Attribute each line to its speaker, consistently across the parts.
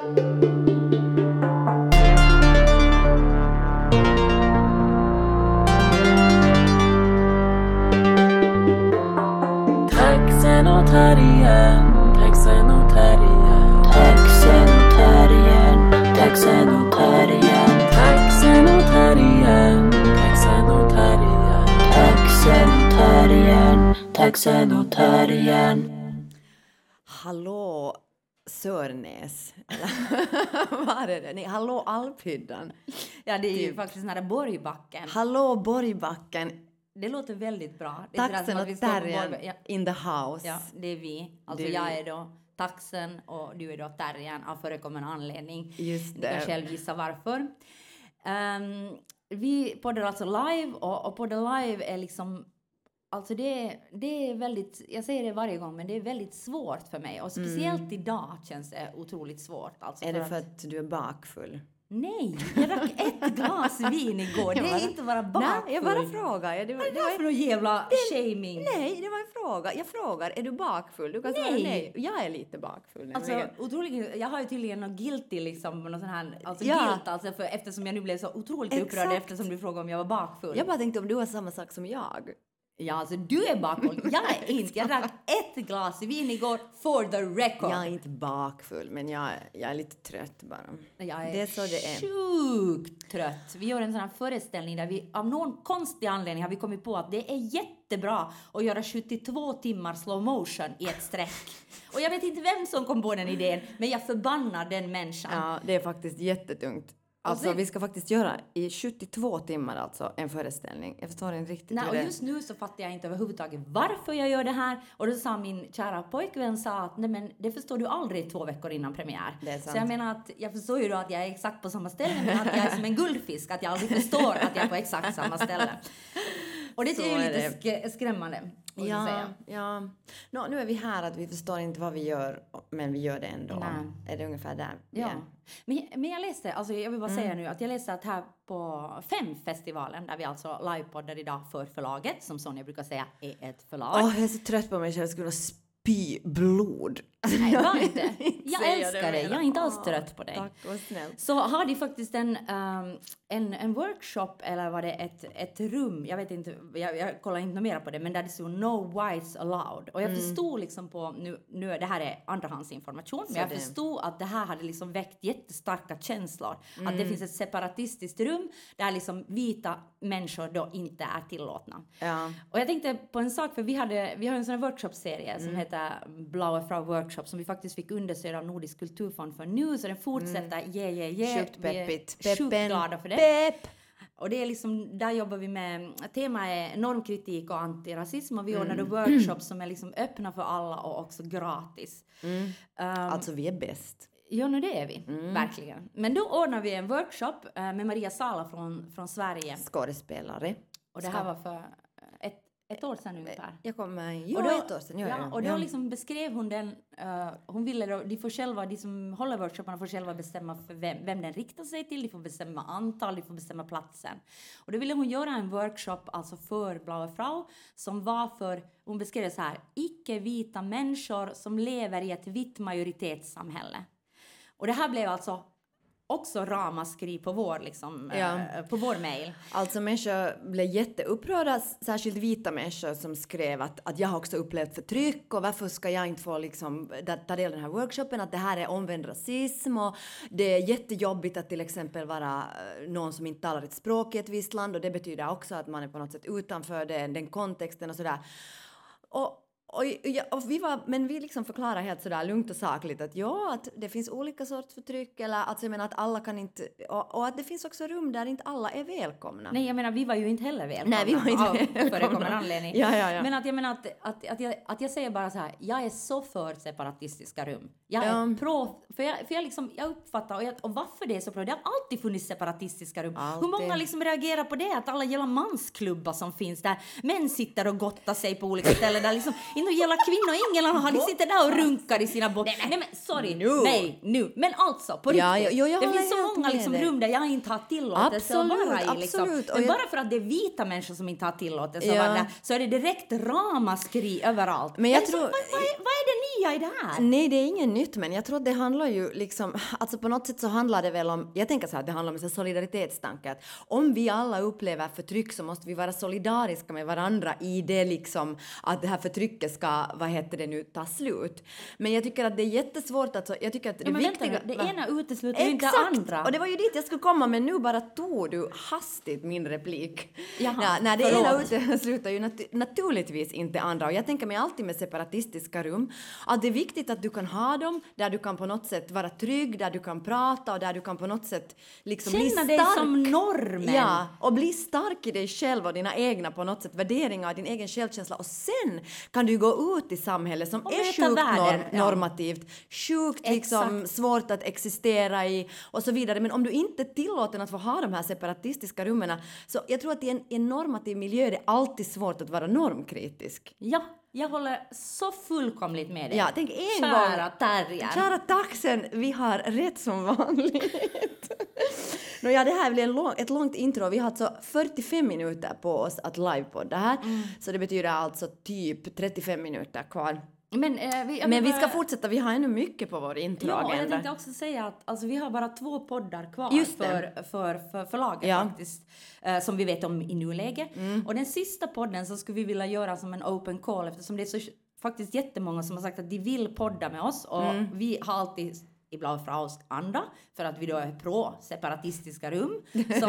Speaker 1: Hallå Sörnäs. Vad är det? Nej, hallå Alphyddan.
Speaker 2: Ja, det är ju faktiskt nära Borgbacken.
Speaker 1: Hallå Borgbacken.
Speaker 2: Det låter väldigt bra.
Speaker 1: Taxen och Terriern in the house.
Speaker 2: Ja, det är vi. Alltså jag är då Taxen och du är då Terriern av förekommande anledning.
Speaker 1: Just det.
Speaker 2: Jag själv gissa varför. Vi poddar alltså live och poddar live är liksom... Alltså det är väldigt, jag säger det varje gång, men det är väldigt svårt för mig. Och speciellt idag känns det otroligt svårt. Alltså
Speaker 1: är det för att du är bakfull?
Speaker 2: Nej, jag drack ett glas vin igår. Det är inte bara bakfull.
Speaker 1: Nej, jag bara frågar.
Speaker 2: Det var för någon jävla shaming.
Speaker 1: Nej, det var en fråga. Jag frågar, är du bakfull? Du kan svara nej. Jag är lite bakfull.
Speaker 2: Alltså, otroligt, jag har ju tydligen något guilty liksom, någon sån här, alltså guilt, alltså, för eftersom jag nu blev så otroligt upprörd eftersom du frågade om jag var bakfull.
Speaker 1: Jag bara tänkte om du har samma sak som jag.
Speaker 2: Ja, alltså du är bakfull. Jag är inte. Jag drack ett glas vin igår for the record.
Speaker 1: Jag är inte bakfull, men jag är lite trött bara.
Speaker 2: Det är så det är. Sjukt trött. Vi gör en sån här föreställning där vi av någon konstig anledning har vi kommit på att det är jättebra att göra 72 timmar slow motion i ett sträck. Och jag vet inte vem som kom på den idén, men jag förbannar den människan.
Speaker 1: Ja, det är faktiskt jättetungt. Alltså vi ska faktiskt göra i 72 timmar alltså en föreställning. Jag förstår inte riktigt.
Speaker 2: Nej, och just nu så fattar jag inte överhuvudtaget varför jag gör det här. Och då sa min kära pojkvän att nej, men det förstår du aldrig 2 veckor innan premiär.
Speaker 1: Det är sant.
Speaker 2: Så jag menar att jag förstår ju då att jag är exakt på samma ställe, men att jag är som en guldfisk, att jag aldrig förstår att jag är på exakt samma ställe. Och det är ju lite skrämmande.
Speaker 1: Ja. Nu är vi här att vi förstår inte vad vi gör, men vi gör det ändå.
Speaker 2: Nej.
Speaker 1: Är det ungefär där?
Speaker 2: Ja. Men jag läste, alltså jag vill bara säga nu att jag läste att här på FEM-festivalen, där vi alltså livepoddar idag för förlaget, som Sonja brukar säga är ett förlag.
Speaker 1: Jag är så trött på mig själv, jag skulle spy blod.
Speaker 2: Nej, var inte. Jag älskar dig. Jag är inte alls trött på dig.
Speaker 1: Tack, vad snällt.
Speaker 2: Så har de faktiskt en workshop, eller var det ett rum, jag vet inte, jag kollar inte mer på det, men där det stod no whites allowed. Och jag förstod liksom på, nu det här är andrahandsinformation, men jag förstod att det här hade liksom väckt jättestarka känslor. Att det finns ett separatistiskt rum där liksom vita människor då inte är tillåtna.
Speaker 1: Ja.
Speaker 2: Och jag tänkte på en sak, för vi har en sån här workshopserie som heter Blaue Frau Workshop, som vi faktiskt fick understöd av Nordisk kulturfond för nu, så den fortsätter.
Speaker 1: Sjukt peppigt.
Speaker 2: Vi är sjukt glada för det.
Speaker 1: Pepp.
Speaker 2: Och det är liksom, där jobbar vi med, tema är normkritik och antirasism, och vi ordnade workshops som är liksom öppna för alla och också gratis.
Speaker 1: Alltså vi är bäst.
Speaker 2: Ja, nu det är vi, verkligen. Men då ordnar vi en workshop med Maria Sala från Sverige.
Speaker 1: Skådespelare.
Speaker 2: Och det här var för ett år sedan ungefär.
Speaker 1: Jag kommer, ett år sedan.
Speaker 2: Ja, och då liksom beskrev hon den, hon ville då, de som håller workshopparna får själva bestämma för vem den riktar sig till, de får bestämma antal, de får bestämma platsen. Och då ville hon göra en workshop alltså för Blaue Frau, som var för, hon beskrev det så här, icke-vita människor som lever i ett vitt majoritetssamhälle. Och det här blev alltså också ramaskri på vår liksom, på vår mail.
Speaker 1: Alltså människor blev jätteupprörda, särskilt vita människor som skrev att jag har också upplevt förtryck och varför ska jag inte få liksom ta del av den här workshopen, att det här är omvänd rasism och det är jättejobbigt att till exempel vara någon som inte talar ett språk i ett visst land, och det betyder också att man är på något sätt utanför den kontexten och sådär. Men vi liksom förklarar helt sådär lugnt och sakligt att det finns olika sorts förtryck, eller alltså jag menar att alla kan inte, och att det finns också rum där inte alla är välkomna.
Speaker 2: Nej, jag menar vi var ju inte heller välkomna.
Speaker 1: Nej, vi var inte välkomna.
Speaker 2: Förekommande anledning.
Speaker 1: Ja.
Speaker 2: Men att jag menar att jag säger bara så här, jag är så för separatistiska rum. Jag är för jag uppfattar och varför det är så bra. Det har alltid funnits separatistiska rum.
Speaker 1: Alltid.
Speaker 2: Hur många liksom reagerar på det, att alla gälla mansklubbar som finns där män sitter och gottar sig på olika ställen där liksom Inte gäller kvinnor, ingen har de sitter där och runkar i sina nej men sorry, nu. Men alltså, på riktigt. Det finns så många liksom rum där jag inte har tillåtelse att vara i. Liksom. Men bara för att det är vita människor som inte har tillåtelse att vara där, så är det direkt ramaskri överallt.
Speaker 1: Men jag tror...
Speaker 2: vad är det nya i det här?
Speaker 1: Nej, det är inget nytt, men jag tror att det handlar ju liksom... Alltså på något sätt så handlar det väl om... Jag tänker så här, det handlar om en solidaritetstanke. Att om vi alla upplever förtryck så måste vi vara solidariska med varandra i det liksom att det här förtrycket ska, ta slut. Men jag tycker att det är jättesvårt att... Jag tycker att det viktiga...
Speaker 2: Det ena utesluter ju inte det andra.
Speaker 1: Och det var ju dit jag skulle komma, men nu bara tog du hastigt min replik.
Speaker 2: Jaha,
Speaker 1: nej, det ena utesluter ju naturligtvis inte andra. Och jag tänker mig alltid med separatistiska rum att det är viktigt att du kan ha dem där du kan på något sätt vara trygg, där du kan prata och där du kan på något sätt liksom bli stark.
Speaker 2: Känna dig som normen.
Speaker 1: Ja, och bli stark i dig själv och dina egna på något sätt värderingar och din egen självkänsla. Och sen kan du gå ut i samhället som är sjukt normativt, sjukt liksom svårt att existera i och så vidare. Men om du inte tillåter att få ha de här separatistiska rummen, så jag tror att i en normativ miljö är det alltid svårt att vara normkritisk.
Speaker 2: Ja, jag håller så fullkomligt med dig.
Speaker 1: Ja, tänk en
Speaker 2: Kära Terjan.
Speaker 1: Kära taxen, vi har rätt som vanligt. Det här blir ett långt intro. Vi har alltså 45 minuter på oss att livepodda här. Så det betyder alltså typ 35 minuter kvar. Men vi ska fortsätta, vi har ännu mycket på vår introagenda.
Speaker 2: Ja, jag tänkte också säga att alltså, vi har bara 2 poddar kvar för förlaget faktiskt. Som vi vet om i nuläge. Och den sista podden så skulle vi vilja göra som en open call, eftersom det är så faktiskt jättemånga som har sagt att de vill podda med oss. Och vi har alltid ibland från oss andra, för att vi då är pro-separatistiska rum, så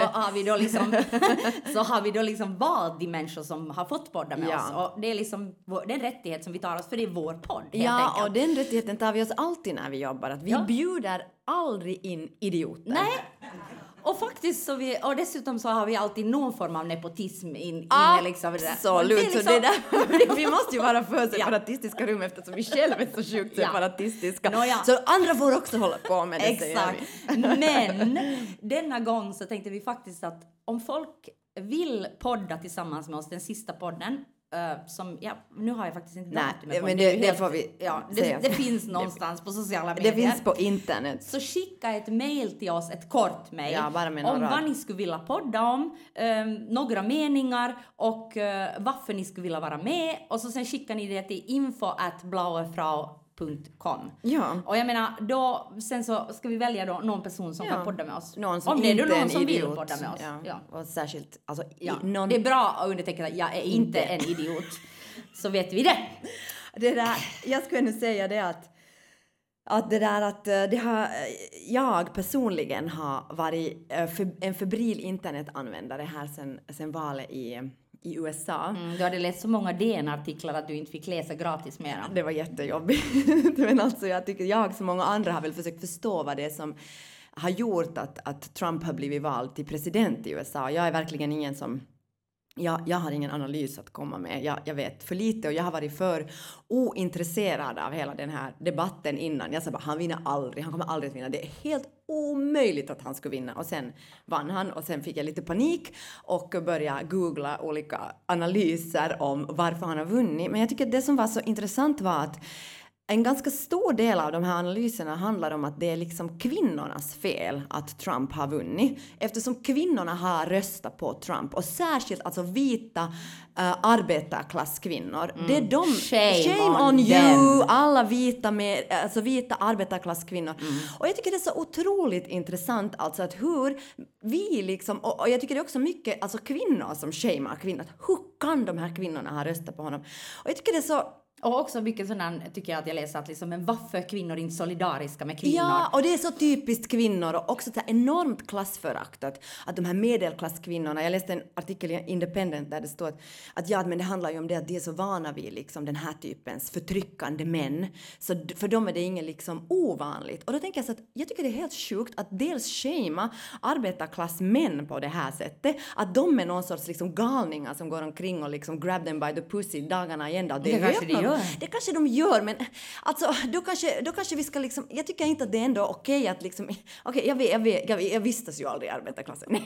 Speaker 2: har vi då liksom valt de människor som har fått podda med oss. Och det är liksom den rättighet som vi tar oss, för det är vår podd.
Speaker 1: Ja, och den rättigheten tar vi oss alltid när vi jobbar. Att vi bjuder aldrig in idioter.
Speaker 2: Nej. Och faktiskt och dessutom så har vi alltid någon form av nepotism inne liksom.
Speaker 1: Absolut, liksom, så det där, vi måste ju vara för separatistiska rum eftersom vi själva är så sjukt separatistiska. Så andra får också hålla på med det.
Speaker 2: Exakt. Men denna gång så tänkte vi faktiskt att om folk vill podda tillsammans med oss, den sista podden, som, nu har jag faktiskt inte
Speaker 1: datumet på. Men det får vi säga.
Speaker 2: Det finns någonstans på sociala medier.
Speaker 1: Det finns på internet.
Speaker 2: Så skicka ett mejl till oss, ett kort mejl.
Speaker 1: Ja, bara med
Speaker 2: om vad ni skulle vilja podda om, några meningar och varför ni skulle vilja vara med. Och så sen skickar ni det till info@blauefrau.com.
Speaker 1: Ja.
Speaker 2: Och jag menar, då, sen så ska vi välja då någon person som kan podda med oss.
Speaker 1: Någon som
Speaker 2: om det är
Speaker 1: inte
Speaker 2: någon som
Speaker 1: vill
Speaker 2: podda med oss.
Speaker 1: Ja. Och särskilt, alltså,
Speaker 2: det är bra att underteckna att jag är inte en idiot. Så vet vi det.
Speaker 1: Jag skulle nu säga det jag personligen har varit en febril internetanvändare här sen valet i USA.
Speaker 2: Du hade läst så många DN-artiklar att du inte fick läsa gratis mera.
Speaker 1: Det var jättejobbigt. Men alltså jag tycker jag som många andra har väl försökt förstå vad det är som har gjort att Trump har blivit vald till president i USA. Jag är verkligen ingen som... Jag har ingen analys att komma med. Jag vet för lite och jag har varit för ointresserad av hela den här debatten innan. Jag sa bara, han kommer aldrig att vinna. Det är helt omöjligt att han skulle vinna. Och sen vann han och sen fick jag lite panik och började googla olika analyser om varför han har vunnit. Men jag tycker att det som var så intressant var att en ganska stor del av de här analyserna handlar om att det är liksom kvinnornas fel att Trump har vunnit. Eftersom kvinnorna har röstat på Trump. Och särskilt alltså vita arbetarklasskvinnor. Det är de... Shame on you! Alla vita arbetarklasskvinnor. Och jag tycker det är så otroligt intressant alltså att hur vi liksom... Och jag tycker det är också mycket alltså kvinnor som shamear kvinnor. Hur kan de här kvinnorna ha röstat på honom? Och jag tycker det är så...
Speaker 2: Och också mycket sådana tycker jag att jag läser att liksom, men varför kvinnor inte solidariska med kvinnor?
Speaker 1: Ja, och det är så typiskt kvinnor och också så enormt klassförakt att de här medelklasskvinnorna, jag läste en artikel i Independent där det står att men det handlar ju om det att de är så vana vid liksom den här typens förtryckande män, så för dem är det inget liksom ovanligt. Och då tänker jag så att jag tycker det är helt sjukt att dels shama arbetarklassmän på det här sättet, att de är någon sorts liksom galningar som går omkring och liksom grab them by the pussy dagarna igen då. Det kanske de gör, men alltså då kanske vi ska liksom, jag tycker inte att det är ändå okej att liksom, jag vistas ju aldrig i arbetarklassen.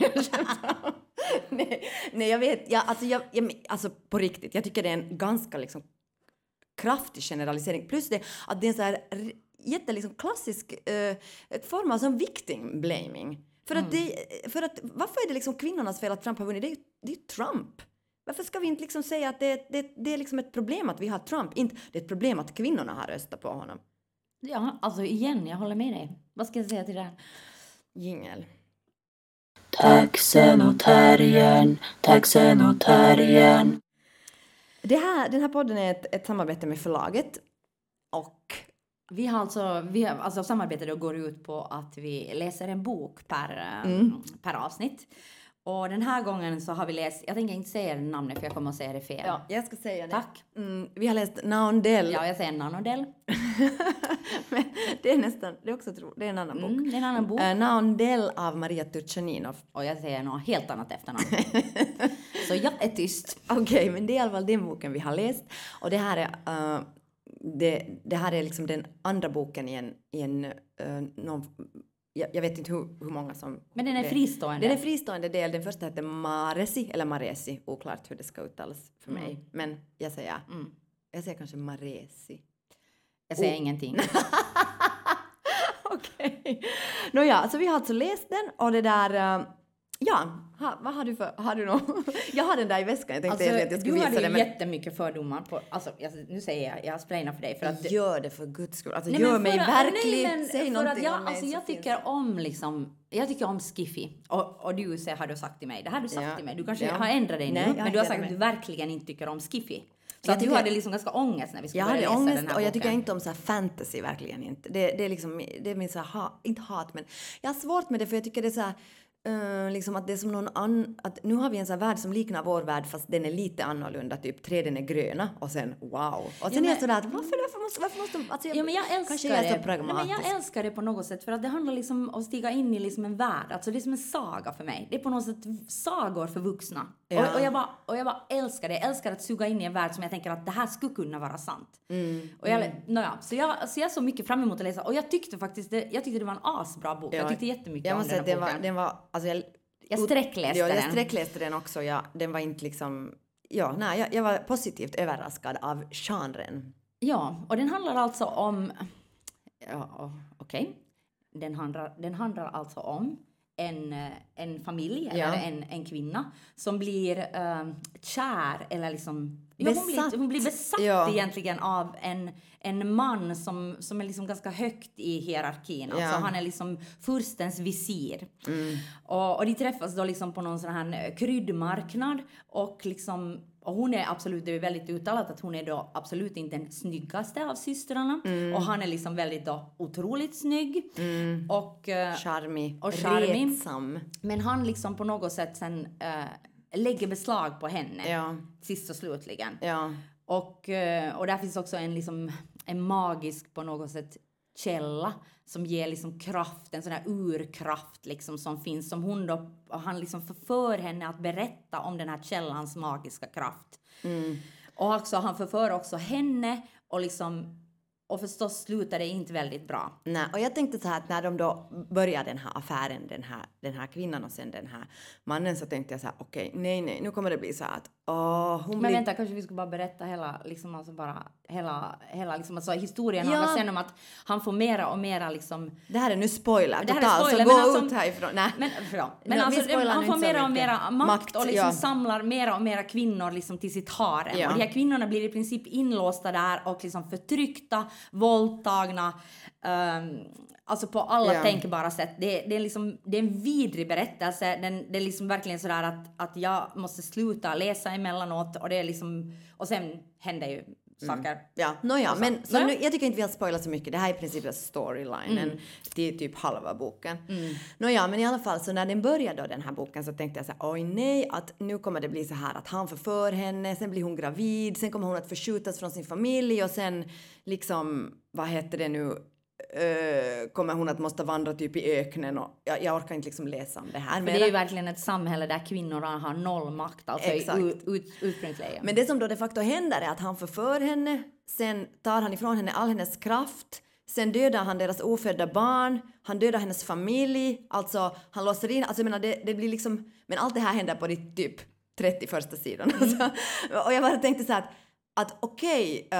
Speaker 1: Nej, jag vet, alltså på riktigt, jag tycker det är en ganska liksom kraftig generalisering. Plus det att det är en så här liksom klassisk form av som victim blaming. För att varför är det liksom kvinnornas fel att Trump har vunnit? Det är ju Trump. Varför ska vi inte liksom säga att det är liksom ett problem att vi har Trump? Inte det är ett problem att kvinnorna har röstat på honom.
Speaker 2: Ja, alltså igen, jag håller med dig. Vad ska jag säga till det här?
Speaker 1: Jingel.
Speaker 3: Taxen och terriern.
Speaker 1: Den här podden är ett samarbete med förlaget. Och
Speaker 2: vi har alltså samarbetet då går ut på att vi läser en bok per avsnitt. Och den här gången så har vi läst, jag tänker inte säga namnet för jag kommer att säga det fel.
Speaker 1: Ja, jag ska säga det.
Speaker 2: Tack.
Speaker 1: Vi har läst Naondel.
Speaker 2: Ja, jag säger Naondel.
Speaker 1: Men det är också det är en annan bok.
Speaker 2: Det är en annan bok.
Speaker 1: Naondel av Maria Turchaninov.
Speaker 2: Och jag säger något helt annat efternamn. Så jag är tyst.
Speaker 1: Okej, men det är i alla fall den boken vi har läst. Och det här är det här är liksom den andra boken i en jag vet inte hur många som...
Speaker 2: Men den är fristående.
Speaker 1: Den är fristående del. Den första heter Maresi, oklart hur det ska uttalas för mig. Men jag säger kanske Maresi.
Speaker 2: Jag säger ingenting.
Speaker 1: Okej. Nåja, så vi har alltså läst den och det där... vad har du för... Har du något? Jag har den där i väskan. Jag tänkte att jag skulle visa det.
Speaker 2: Du hade jättemycket fördomar på... Alltså, nu säger jag spraynar för dig. För att
Speaker 1: gör det för guds skull. Alltså, gör mig verkligen... Säg någonting om mig.
Speaker 2: Jag tycker om liksom... Jag tycker om skiffy. Och har du sagt till mig. Det här har du sagt till mig. Du kanske har ändrat dig nu. Men du har sagt att du verkligen inte tycker om skiffy. Så att du hade liksom ganska ångest när vi skulle börja läsa den här boken.
Speaker 1: Och jag tycker inte om så här fantasy, verkligen inte. Det är liksom... Det är min så här... Inte hat, men... Jag har svårt med det för jag tycker det är så här... liksom att det är som någon att nu har vi en sån här värld som liknar vår värld fast den är lite annorlunda, typ träden är gröna och sen wow. Och sen är jag sådär att varför måste alltså
Speaker 2: men jag älskar
Speaker 1: kanske jag är så pragmatisk.
Speaker 2: Men jag älskar det på något sätt för att det handlar liksom om att stiga in i liksom en värld. Alltså det är som en saga för mig. Det är på något sätt sagor för vuxna. Ja. Och jag bara älskar det. Jag älskar att suga in i en värld som jag tänker att det här skulle kunna vara sant. Så jag så mycket fram emot att läsa. Och jag tyckte det var en asbra bok. Jag tyckte jättemycket om den här boken.
Speaker 1: Den var alltså
Speaker 2: jag sträckläste den.
Speaker 1: Jag sträckläste den också. Den var inte liksom... jag var positivt överraskad av genren.
Speaker 2: Ja, och den handlar alltså om... Okej. Den handlar alltså om en familj eller en kvinna som blir kär eller liksom... Hon blir besatt egentligen av en man som är liksom ganska högt i hierarkin. Alltså han är liksom furstens visir. Och de träffas då liksom på någon sån här kryddmarknad och liksom... Och hon är absolut, det är väldigt uttalat att hon är då absolut inte den snyggaste av systrarna. Och han är liksom väldigt då otroligt snygg. Och
Speaker 1: charmig.
Speaker 2: Retsam. Men han liksom på något sätt sen lägger beslag på henne. Sist och slutligen. Och där finns också en magisk på något sätt källa som ger liksom kraft, en sån här urkraft liksom som finns, som han liksom förför henne att berätta om den här källans magiska kraft. Och också, han förför också henne och förstås slutar det inte väldigt bra.
Speaker 1: Nej, och jag tänkte så här att när de då börjar den här affären, den här kvinnan och sen den här mannen, så tänkte jag så här, okej, nej, nu kommer det bli så här att
Speaker 2: vänta, kanske vi ska bara berätta hela liksom alltså historien handlar sen om att han får mera och mera liksom...
Speaker 1: Det här är nu spoiler totalt, så gå ut härifrån. Nej.
Speaker 2: Men alltså han får mera och mera makt och liksom samlar mera och mera kvinnor liksom till sitt harem. Och de här kvinnorna blir i princip inlåsta där och liksom förtryckta, våldtagna, alltså på alla tänkbara sätt. Det är en vidrig berättelse. Det är liksom verkligen sådär att jag måste sluta läsa emellanåt. Och det är liksom, och sen händer ju saker.
Speaker 1: Nu, jag tycker inte vi har spoilat så mycket. Det här är i princip storylinen till typ halva boken. Men i alla fall, så när den började då, den här boken, så tänkte jag så här, oj nej, att nu kommer det bli så här att han förför henne, sen blir hon gravid, sen kommer hon att förskjutas från sin familj och sen liksom, vad heter det nu, kommer hon att måste vandra typ i öknen och jag orkar inte liksom läsa om det här.
Speaker 2: För det är ju verkligen ett samhälle där kvinnorna har noll makt, alltså ursprungsläge.
Speaker 1: Men det som då de facto händer är att han förför henne, sen tar han ifrån henne all hennes kraft, sen dödar han deras ofödda barn, han dödar hennes familj, alltså han låser in, alltså jag menar det blir liksom, men allt det här händer på ditt typ 31 sidan. Och jag bara tänkte så här att okej,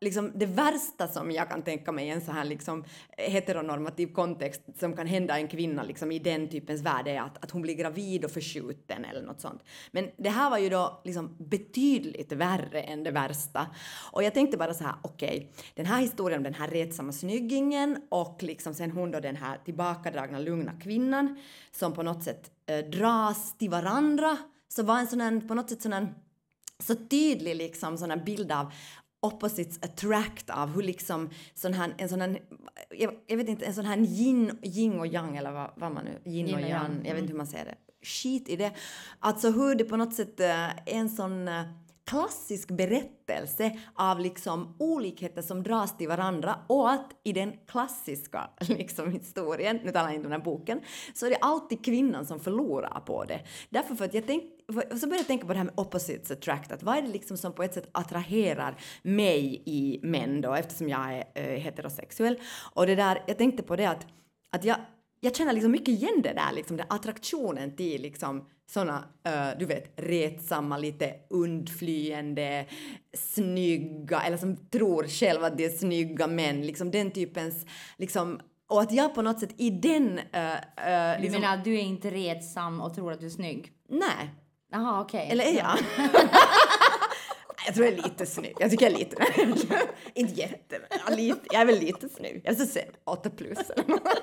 Speaker 1: liksom det värsta som jag kan tänka mig i en så här liksom heteronormativ kontext som kan hända en kvinna liksom i den typens värld är att hon blir gravid och förskjuten eller något sånt. Men det här var ju då liksom betydligt värre än det värsta. Och jag tänkte bara så här, okej, den här historien om den här retsamma snyggingen och liksom sen hon då den här tillbakadragna lugna kvinnan som på något sätt dras till varandra, så var en sån här, på något sätt sån här, så tydlig liksom sån här bild av opposites attract, av hur liksom en sån här, jag vet inte, en sån här yin och yang eller vad man nu, yin och yang, jag vet inte hur man säger det, skit i det, alltså hur det på något sätt är en sån klassisk berättelse av liksom olikheter som dras till varandra, och att i den klassiska liksom historien, nu talar jag inte om den här boken, så är det alltid kvinnan som förlorar på det. Därför för att så började jag tänka på det här med opposites attract, att vad är det liksom som på ett sätt attraherar mig i män då, eftersom jag är heterosexuell. Och det där, jag tänkte på det att jag känner liksom mycket igen det där, liksom den attraktionen till liksom såna, du vet, retsamma, lite undflyende, snygga, eller som tror själva att det är snygga män, liksom den typens, liksom, och att jag på något sätt i den...
Speaker 2: Du menar att du är inte retsam och tror att du är snygg?
Speaker 1: Nej.
Speaker 2: Jaha, okej.
Speaker 1: Eller är jag? Jag tror jag är lite snygg. Jag tycker jag är lite... inte jätte, men lite, jag är väl lite snygg. Jag ska säga 8+.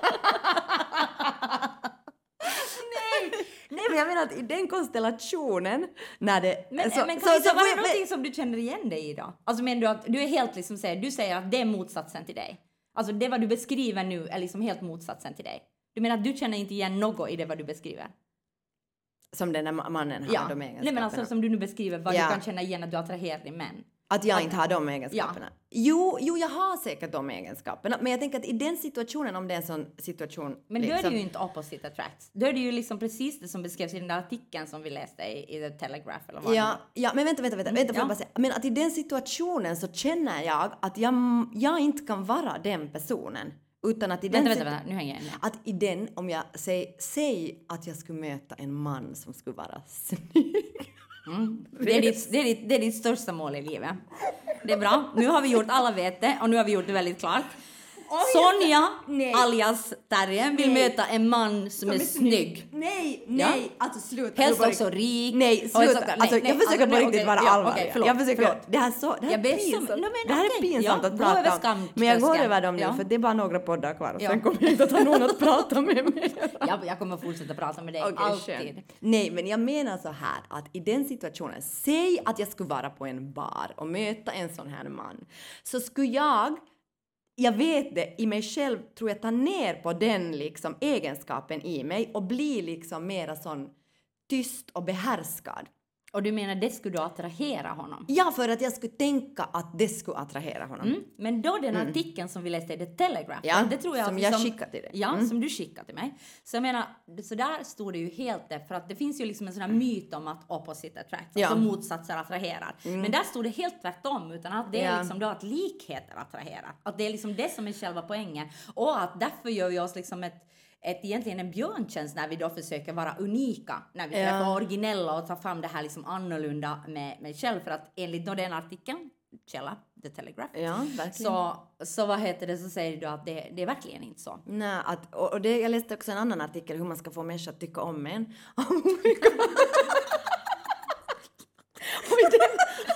Speaker 1: Nej, men jag menar att i den konstellationen när det...
Speaker 2: Men var det någonting som du känner igen dig i då? Alltså menar du att du är helt liksom du säger att det är motsatsen till dig? Alltså det vad du beskriver nu är liksom helt motsatsen till dig? Du menar att du känner inte igen något i det vad du beskriver?
Speaker 1: Som den där mannen har de egenskaperna.
Speaker 2: Nej, men alltså som du nu beskriver vad du kan känna igen att du attraherar i män.
Speaker 1: Att jag inte har de egenskaperna. Ja. Jo, jag har säkert de egenskaperna. Men jag tänker att i den situationen, om det är en sån situation...
Speaker 2: Men liksom, då är det ju inte opposite attract. Då är det ju liksom precis det som beskrevs i den där artikeln som vi läste i The Telegraph. Eller vad
Speaker 1: ja, men vänta, får jag bara säga. Men att i den situationen så känner jag att jag inte kan vara den personen. Utan att i den...
Speaker 2: Vänta, nu hänger jag in.
Speaker 1: Att i den, om jag säger att jag skulle möta en man som skulle vara snygg.
Speaker 2: Det är ditt största mål i livet. Det är bra. Nu har vi gjort alla vet det och nu har vi gjort det väldigt klart. Sonja, alias Terje, vill möta en man som är snygg.
Speaker 1: Nej, alltså sluta.
Speaker 2: Helst också rik.
Speaker 1: Nej, sluta. Jag försöker på riktigt vara allvarlig. Jag försöker. Det här är pinsamt att prata om. Men jag går över dem nu, för det är bara några poddar kvar. Och sen kommer jag inte att ha någon att prata med mig.
Speaker 2: Jag kommer fortsätta prata med dig alltid.
Speaker 1: Nej, men jag menar så här att i den situationen, säg att jag skulle vara på en bar och möta en sån här man. Så skulle jag vet det, i mig själv tror jag ta ner på den liksom egenskapen i mig och bli liksom mera sån tyst och behärskad.
Speaker 2: Och du menar det skulle du attrahera honom?
Speaker 1: Ja, för att jag skulle tänka att det skulle attrahera honom.
Speaker 2: Men då den artikeln som vi läste i The Telegraph.
Speaker 1: Ja,
Speaker 2: det tror jag
Speaker 1: som jag skickade till dig.
Speaker 2: Ja, som du skickade till mig. Så jag menar, så där stod det ju helt det. För att det finns ju liksom en sån här myt om att opposite attract. Alltså motsatser attraherar. Men där stod det helt tvärtom. Utan att det är liksom då att likheter attraherar. Att det är liksom det som är själva poängen. Och att därför gör vi oss liksom egentligen en björntjänst när vi då försöker vara unika. När vi träffar originella och tar fram det här liksom annorlunda med själv. För att enligt då den artikeln, källa, The Telegraph.
Speaker 1: Ja, verkligen.
Speaker 2: Så vad heter det, så säger du att det är verkligen inte så.
Speaker 1: Nej, och det, jag läste också en annan artikel hur man ska få människor att tycka om en. Och i den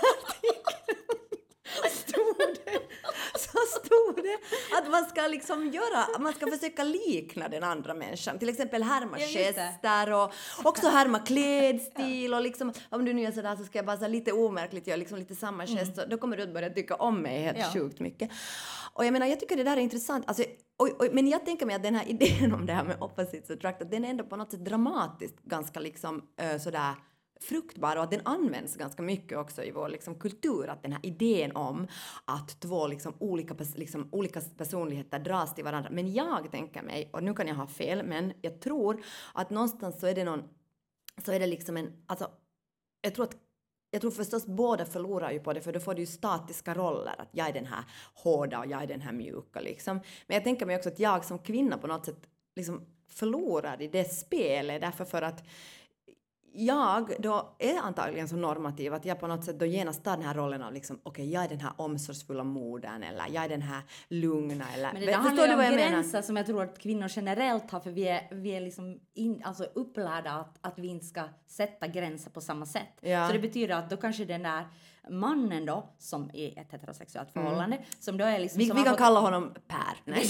Speaker 1: artikeln stod det att man ska liksom man ska försöka likna den andra människan. Till exempel härma gester och också härma klädstil och liksom, om du nu är sådär så ska jag bara så lite omärkligt göra liksom lite samma gest, då kommer du att börja tycka om mig helt sjukt mycket. Och jag menar, jag tycker det där är intressant. Alltså, men jag tänker mig att den här idén om det här med opposites attract, att den är ändå på något sätt dramatiskt ganska liksom sådär fruktbar, och att den används ganska mycket också i vår liksom kultur, att den här idén om att två liksom olika personligheter dras till varandra. Men jag tänker mig, och nu kan jag ha fel, men jag tror att någonstans så är det liksom en, alltså jag tror förstås båda förlorar ju på det, för då får du ju statiska roller, att jag är den här hårda och jag är den här mjuka liksom. Men jag tänker mig också att jag som kvinna på något sätt liksom förlorar i det spelet, därför för att jag då är antagligen så normativ att jag på något sätt då genast tar den här rollen av liksom, okej, jag är den här omsorgsfulla modern eller jag är den här lugna eller...
Speaker 2: Men det där handlar ju om gränser som jag tror att kvinnor generellt har, för vi är liksom alltså upplärda att vi inte ska sätta gränser på samma sätt.
Speaker 1: Ja.
Speaker 2: Så det betyder att då kanske den där mannen då, som är ett heterosexuellt förhållande, som då är liksom...
Speaker 1: Vi kan kalla honom Per. Nej.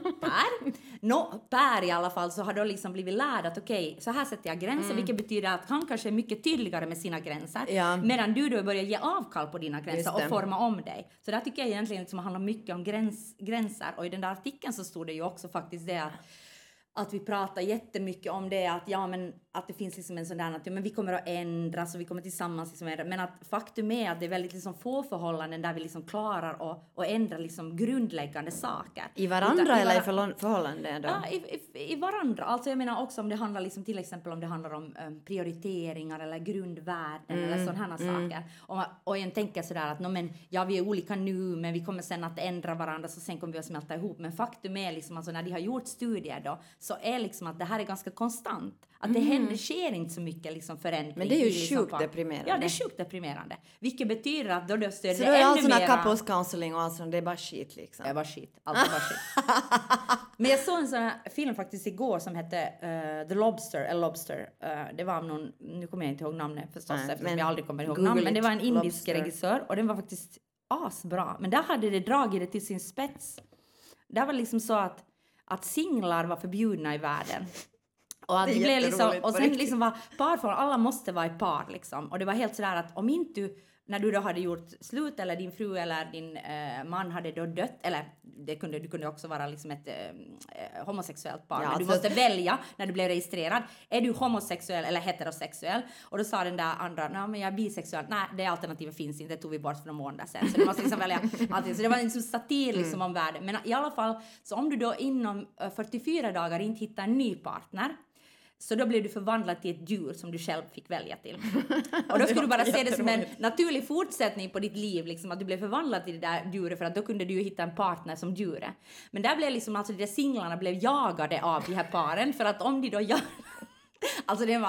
Speaker 2: Per? Per i alla fall, så har då liksom blivit lärd att okej, så här sätter jag gränser, vilket betyder att han kanske är mycket tydligare med sina gränser, medan du då börjar ge avkall på dina gränser och forma om dig. Så där tycker jag egentligen liksom handlar mycket om gränser, och i den där artikeln så stod det ju också faktiskt det att vi pratar jättemycket om det, att men att det finns liksom en sån där att men vi kommer att ändras och vi kommer tillsammans liksom ändra, men att faktum är att det är väldigt liksom få förhållanden där vi liksom klarar att ändra liksom grundläggande saker.
Speaker 1: I varandra eller i förhållanden då?
Speaker 2: Ja, i varandra. Alltså jag menar också om det handlar liksom, till exempel om det handlar om prioriteringar eller grundvärden eller sådana saker. Och jag tänker sådär att vi är olika nu, men vi kommer sen att ändra varandra, så sen kommer vi att smälta ihop. Men faktum är liksom, alltså när de har gjort studier då, så är liksom att det här är ganska konstant. Att det sker inte så mycket liksom förändring.
Speaker 1: Men det är ju
Speaker 2: liksom
Speaker 1: sjukt deprimerande.
Speaker 2: Ja, det är sjukt deprimerande. Vilket betyder att då stöder
Speaker 1: så
Speaker 2: det
Speaker 1: då är
Speaker 2: ännu mera...
Speaker 1: Så couples counseling och allt sånt, det är bara skit liksom.
Speaker 2: Det är bara skit. Allt är bara skit. Men jag såg en sån här film faktiskt igår som hette The Lobster. Det var någon, nu kommer jag inte ihåg namnet förstås, eftersom jag aldrig kommer ihåg namnet. Men det var en indisk regissör och den var faktiskt asbra. Men där hade det dragit det till sin spets. Där var liksom så att singlar var förbjudna i världen. Och att det blev liksom, och sen liksom var parförhållanden, alla måste vara i par liksom. Och det var helt sådär att om inte du, när du då hade gjort slut eller din fru eller din man hade då dött, eller du kunde också vara liksom ett homosexuellt par. Men du måste välja när du blev registrerad. Är du homosexuell eller heterosexuell? Och då sa den där andra, men jag är bisexuell. Nej, det alternativet finns inte. Det tog vi bort för några månader sedan. Så du måste liksom välja allting. Så det var en liksom satir liksom om världen. Men i alla fall, så om du då inom 44 dagar inte hittar en ny partner, så då blev du förvandlad till ett djur som du själv fick välja till. Och då skulle du bara se det som en naturlig fortsättning på ditt liv. Liksom, att du blev förvandlad till det där djuret. För att då kunde du ju hitta en partner som djuret. Men där blev liksom, alltså de där singlarna blev jagade av de här paren. För att om de då alltså det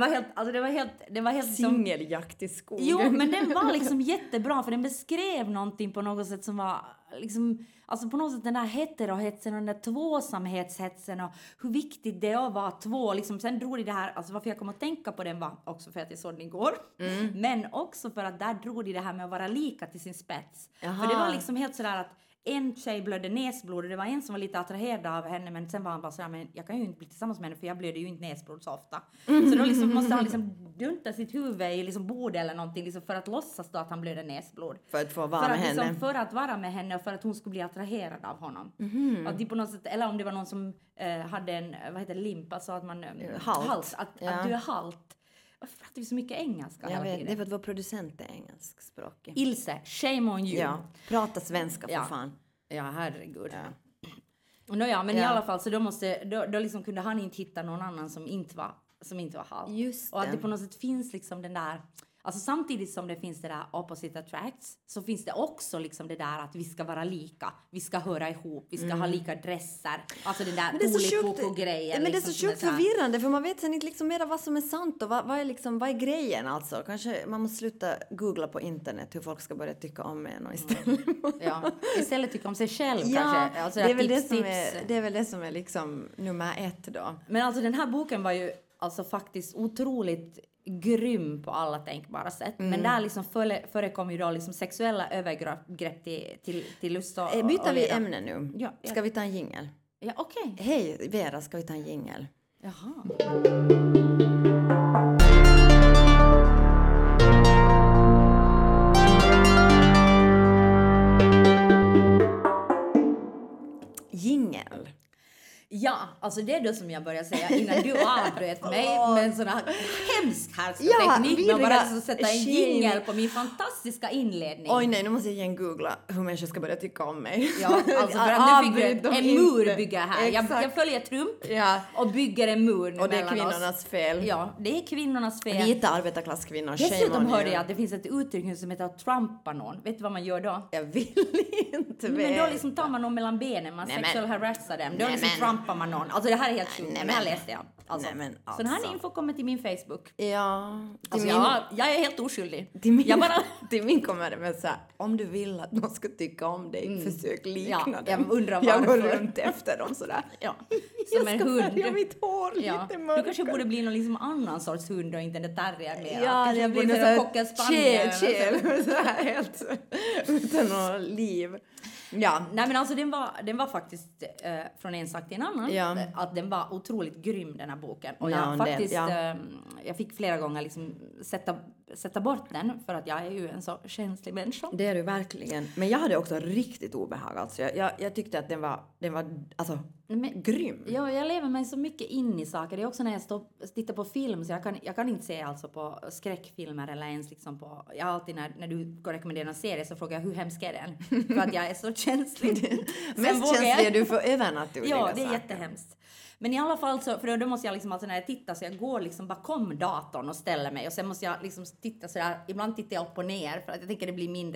Speaker 2: var helt
Speaker 1: singeljakt i skogen.
Speaker 2: Jo, men den var liksom jättebra, för den beskrev någonting på något sätt som var liksom, alltså på något sätt den där heterohetsen och den där tvåsamhetshetsen och hur viktigt det är att vara två. Liksom, sen drog det här, alltså varför jag kom att tänka på den var också för att jag såg den igår. Men också för att där drog det här med att vara lika till sin spets. Jaha. För det var liksom helt sådär att en tjej blödde näsblod och det var en som var lite attraherad av henne, men sen var han bara sådär, men jag kan ju inte bli tillsammans med henne för jag blöder ju inte näsblod så ofta. Så då liksom måste han liksom dunta sitt huvud i liksom bord eller någonting liksom för att låtsas då att han blöder näsblod.
Speaker 1: För att få vara med henne.
Speaker 2: Liksom, för att vara med henne och för att hon skulle bli attraherad av honom. Att det på något sätt, eller om det var någon som hade en, vad heter det, limp, alltså att man... halt. Att du är halt. Varför pratar vi så mycket engelska hela tiden?
Speaker 1: Det är för att vår producent är engelskspråkig.
Speaker 2: Ilse, shame on you.
Speaker 1: Ja, prata svenska för fan.
Speaker 2: Ja, herregud. Ja. Men i alla fall så då liksom kunde han inte hitta någon annan som inte var halt.
Speaker 1: Just
Speaker 2: och att det på något sätt finns liksom den där, alltså samtidigt som det finns det där opposite attracts, så finns det också liksom det där att vi ska vara lika, vi ska höra ihop, vi ska ha lika dresser, alltså den där Polipoko-grejen.
Speaker 1: Men
Speaker 2: liksom,
Speaker 1: det är så sjukt förvirrande, för man vet sen inte liksom mera vad som är sant och vad är grejen alltså. Kanske man måste sluta googla på internet hur folk ska börja tycka om en och istället.
Speaker 2: Istället tycka om sig själv kanske. Alltså,
Speaker 1: det är väl det som är liksom nummer 1 då.
Speaker 2: Men alltså den här boken var ju alltså faktiskt otroligt grym på alla tänkbara sätt. Men där liksom förekom ju då liksom sexuella övergrepp till lust och...
Speaker 1: Byter vi ämne nu?
Speaker 2: Ja.
Speaker 1: Ska vi ta en jingle?
Speaker 2: Ja, okej.
Speaker 1: Hej Vera, ska vi ta en jingle?
Speaker 2: Jaha.
Speaker 1: Jingle.
Speaker 2: Ja, alltså det är då som jag började säga innan du avbröt mig med en sån här hemsk härskarteknik med att bara så sätta en jingle på min fantastiska inledning.
Speaker 1: Oj nej, nu måste jag igen googla hur människor ska börja tycka om mig.
Speaker 2: Ja, alltså för att nu fick en mur bygga här. Jag följer Trump och bygger en mur.
Speaker 1: Och det är kvinnornas fel.
Speaker 2: Ja, det är kvinnornas fel.
Speaker 1: Vita arbetarklasskvinnor.
Speaker 2: Dessutom hörde jag att det finns ett uttryck som heter att trumpa någon. Vet du vad man gör då?
Speaker 1: Jag vill inte veta.
Speaker 2: Men då liksom tar man någon mellan benen, man sexual harassar dem. Då liksom trumpar träffar man någon. Alltså det här är helt sjukt, men det här läste jag. Alltså.
Speaker 1: Nej, men
Speaker 2: Så den här
Speaker 1: alltså.
Speaker 2: info kommer till min Facebook.
Speaker 1: Ja.
Speaker 2: Alltså, jag är helt oskyldig.
Speaker 1: Till min kommer det med så här, om du vill att någon ska tycka om dig, försök likna dem.
Speaker 2: Jag undrar varför.
Speaker 1: Jag går runt efter dem sådär.
Speaker 2: Ja.
Speaker 1: Som en hund. Jag ska färga mitt hår lite mörkare.
Speaker 2: Du kanske borde bli någon liksom annan sorts hund och inte en terrier mer.
Speaker 1: Ja, det blir
Speaker 2: en cocker spaniel.
Speaker 1: Tjel, så här helt utan något liv. Ja.
Speaker 2: Nej men alltså den var faktiskt från en sak till en annan.
Speaker 1: Ja.
Speaker 2: Att den var otroligt grym den här boken. Och jag fick flera gånger liksom sätta bort den för att jag är ju en så känslig människa.
Speaker 1: Det är du verkligen. Men jag hade också riktigt obehag. Alltså. Jag tyckte att den var alltså, grym.
Speaker 2: Ja, jag lever mig så mycket in i saker. Det är också när jag tittar på film, så jag kan inte se alltså på skräckfilmer eller ens liksom på... Jag alltid när du rekommenderar en serie så frågar jag hur hemsk är den? För att jag är så känslig.
Speaker 1: Mest känslig är du för övernaturliga
Speaker 2: saker. Ja, det är
Speaker 1: saker.
Speaker 2: Jättehemskt. Men i alla fall så, för då måste jag liksom, alltså när jag tittar så jag går liksom bakom datorn och ställer mig. Och sen måste jag liksom titta sådär, ibland tittar jag upp och ner för att jag tänker det blir mindre.